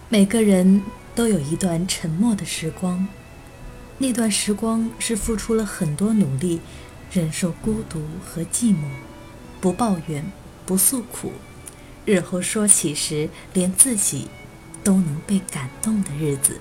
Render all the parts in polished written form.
每个人都有一段沉默的时光，那段时光是付出了很多努力，忍受孤独和寂寞，不抱怨，不诉苦，日后说起时连自己都能被感动的日子。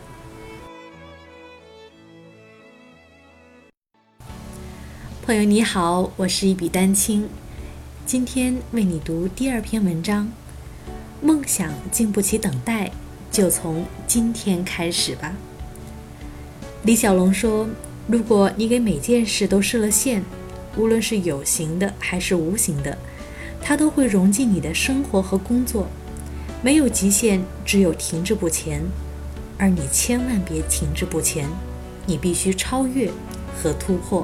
朋友你好，我是一笔丹青，今天为你读第二篇文章。梦想经不起等待，就从今天开始吧。李小龙说，如果你给每件事都设了限，无论是有形的还是无形的，它都会融进你的生活和工作。没有极限，只有停滞不前，而你千万别停滞不前，你必须超越和突破。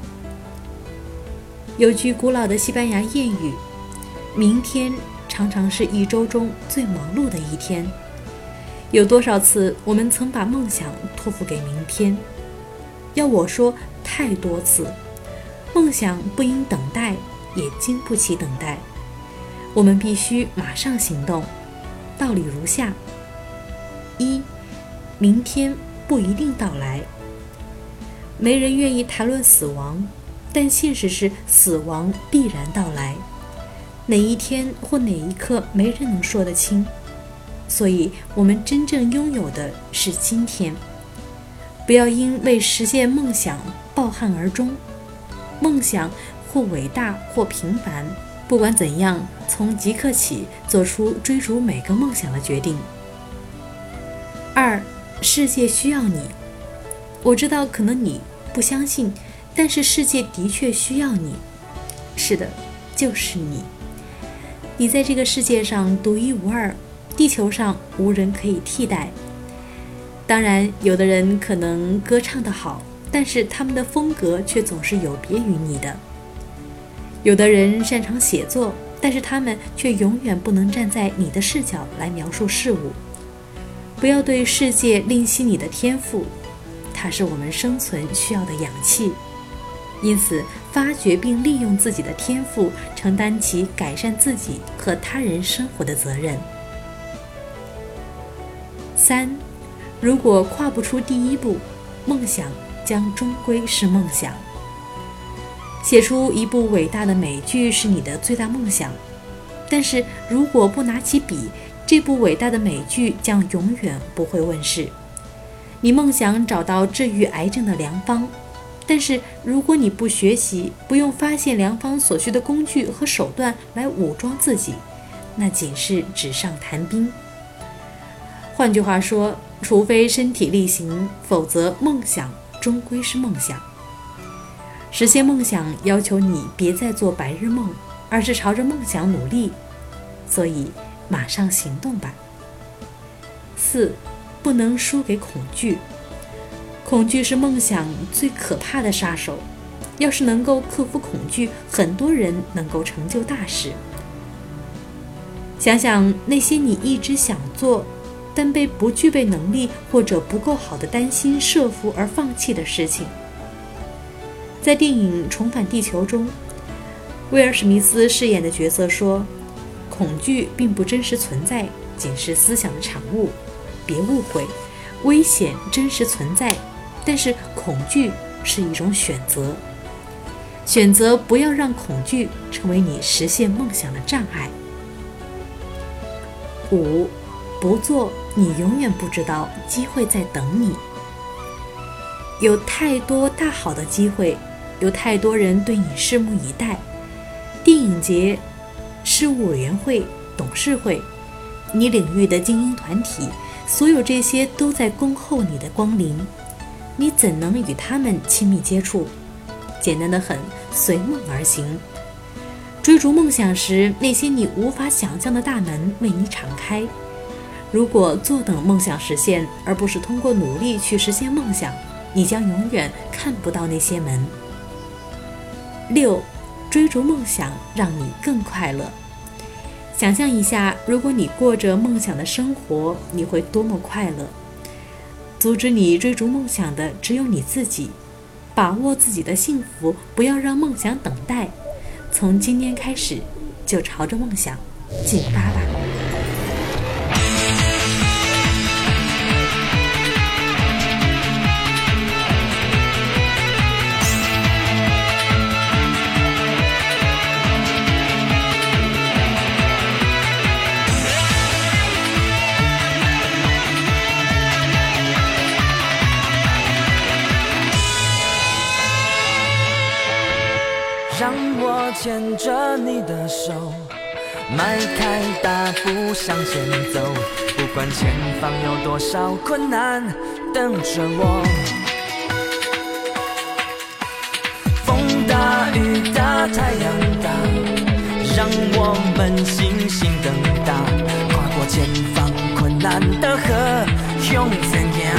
有句古老的西班牙谚语，明天常常是一周中最忙碌的一天。有多少次我们曾把梦想托付给明天？要我说，太多次。梦想不应等待，也经不起等待。我们必须马上行动。道理如下：一，明天不一定到来。没人愿意谈论死亡，但现实是死亡必然到来。哪一天或哪一刻，没人能说得清。所以我们真正拥有的是今天。不要因为实现梦想抱憾而终。梦想或伟大或平凡，不管怎样，从即刻起做出追逐每个梦想的决定。二，世界需要你。我知道可能你不相信，但是世界的确需要你。是的，就是你。你在这个世界上独一无二，地球上无人可以替代。当然，有的人可能歌唱得好，但是他们的风格却总是有别于你的。有的人擅长写作，但是他们却永远不能站在你的视角来描述事物。不要对世界吝惜你的天赋，它是我们生存需要的氧气。因此，发掘并利用自己的天赋，承担起改善自己和他人生活的责任。三，如果跨不出第一步，梦想将终归是梦想。写出一部伟大的美剧是你的最大梦想，但是如果不拿起笔，这部伟大的美剧将永远不会问世。你梦想找到治愈癌症的良方，但是如果你不学习，不用发现良方所需的工具和手段来武装自己，那仅是纸上谈兵。换句话说，除非身体力行，否则梦想终归是梦想。实现梦想要求你别再做白日梦，而是朝着梦想努力。所以马上行动吧。四，不能输给恐惧。恐惧是梦想最可怕的杀手。要是能够克服恐惧，很多人能够成就大事。想想那些你一直想做，但被不具备能力或者不够好的担心设伏而放弃的事情。在电影《重返地球》中，威尔史密斯饰演的角色说，恐惧并不真实存在，仅是思想的产物。别误会，危险真实存在，但是恐惧是一种选择。选择不要让恐惧成为你实现梦想的障碍。五，不做，你永远不知道机会在等你。有太多大好的机会，有太多人对你拭目以待。电影节、事务委员会、董事会，你领域的精英团体，所有这些都在恭候你的光临。你怎能与他们亲密接触？简单的很，随梦而行。追逐梦想时，那些你无法想象的大门为你敞开。如果坐等梦想实现，而不是通过努力去实现梦想，你将永远看不到那些门。六，追逐梦想让你更快乐。想象一下，如果你过着梦想的生活，你会多么快乐。阻止你追逐梦想的只有你自己。把握自己的幸福，不要让梦想等待。从今天开始，就朝着梦想进发吧。 牵着你的手，迈开大步向前走，不管前方有多少困难等着我。风大雨大太阳大，让我们信心更大，跨过前方困难的河，向前行。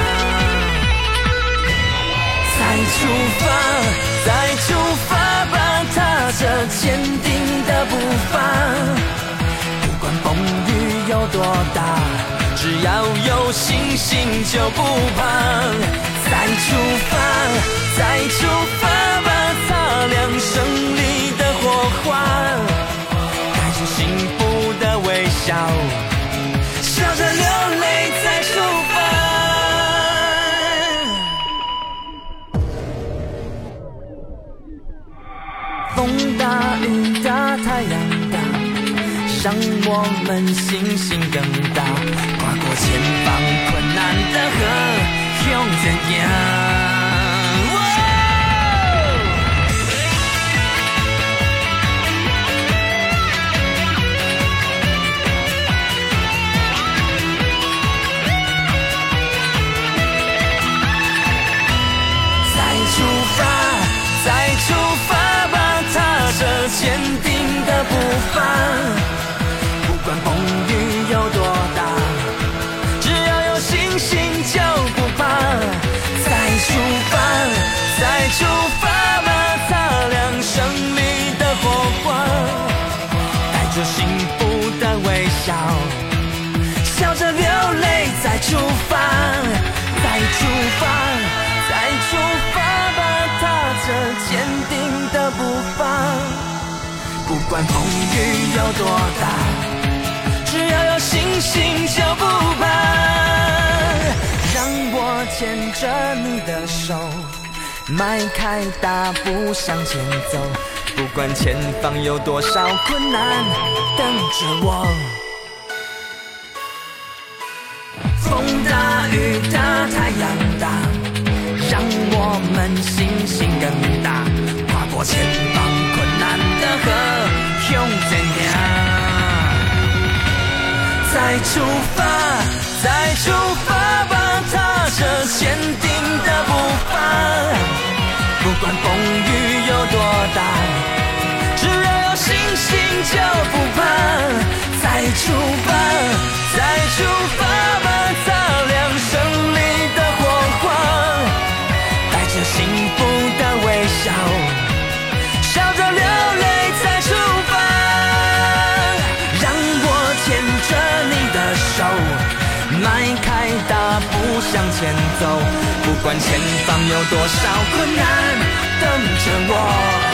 再出发，再出发吧，踏着坚定的步伐。不管风雨有多大，只要有信心就不怕。再出发，再出发吧，擦亮胜利的火花，带着幸福的微笑，笑着流泪再出发。风大雨大太阳大，让我们信心更大，跨过前方困难的河，向前行。再出发吧，踏着坚定的步伐。不管风雨有多大，只要有信心就不怕。再出发，再出发吧，擦亮胜利的火花，带着幸福的微笑，笑着流泪再出发。再出发，再出发吧，踏着坚定的步伐。不管风雨有多大，只要有信心就不怕。让我牵着你的手，迈开大步向前走，不管前方有多少困难等着我。风大雨大太阳大，让我们信心更大，跨过前方困难的河，向前行。再出发，再出发吧，踏着坚定的步伐。不管风雨有多大，只要有信心就不怕。再出发，再出发吧，擦亮胜利的火花，带着幸福的微笑，笑着流泪再出发。让我牵着你的手，迈开大步向前走，不管前方有多少困难等着我。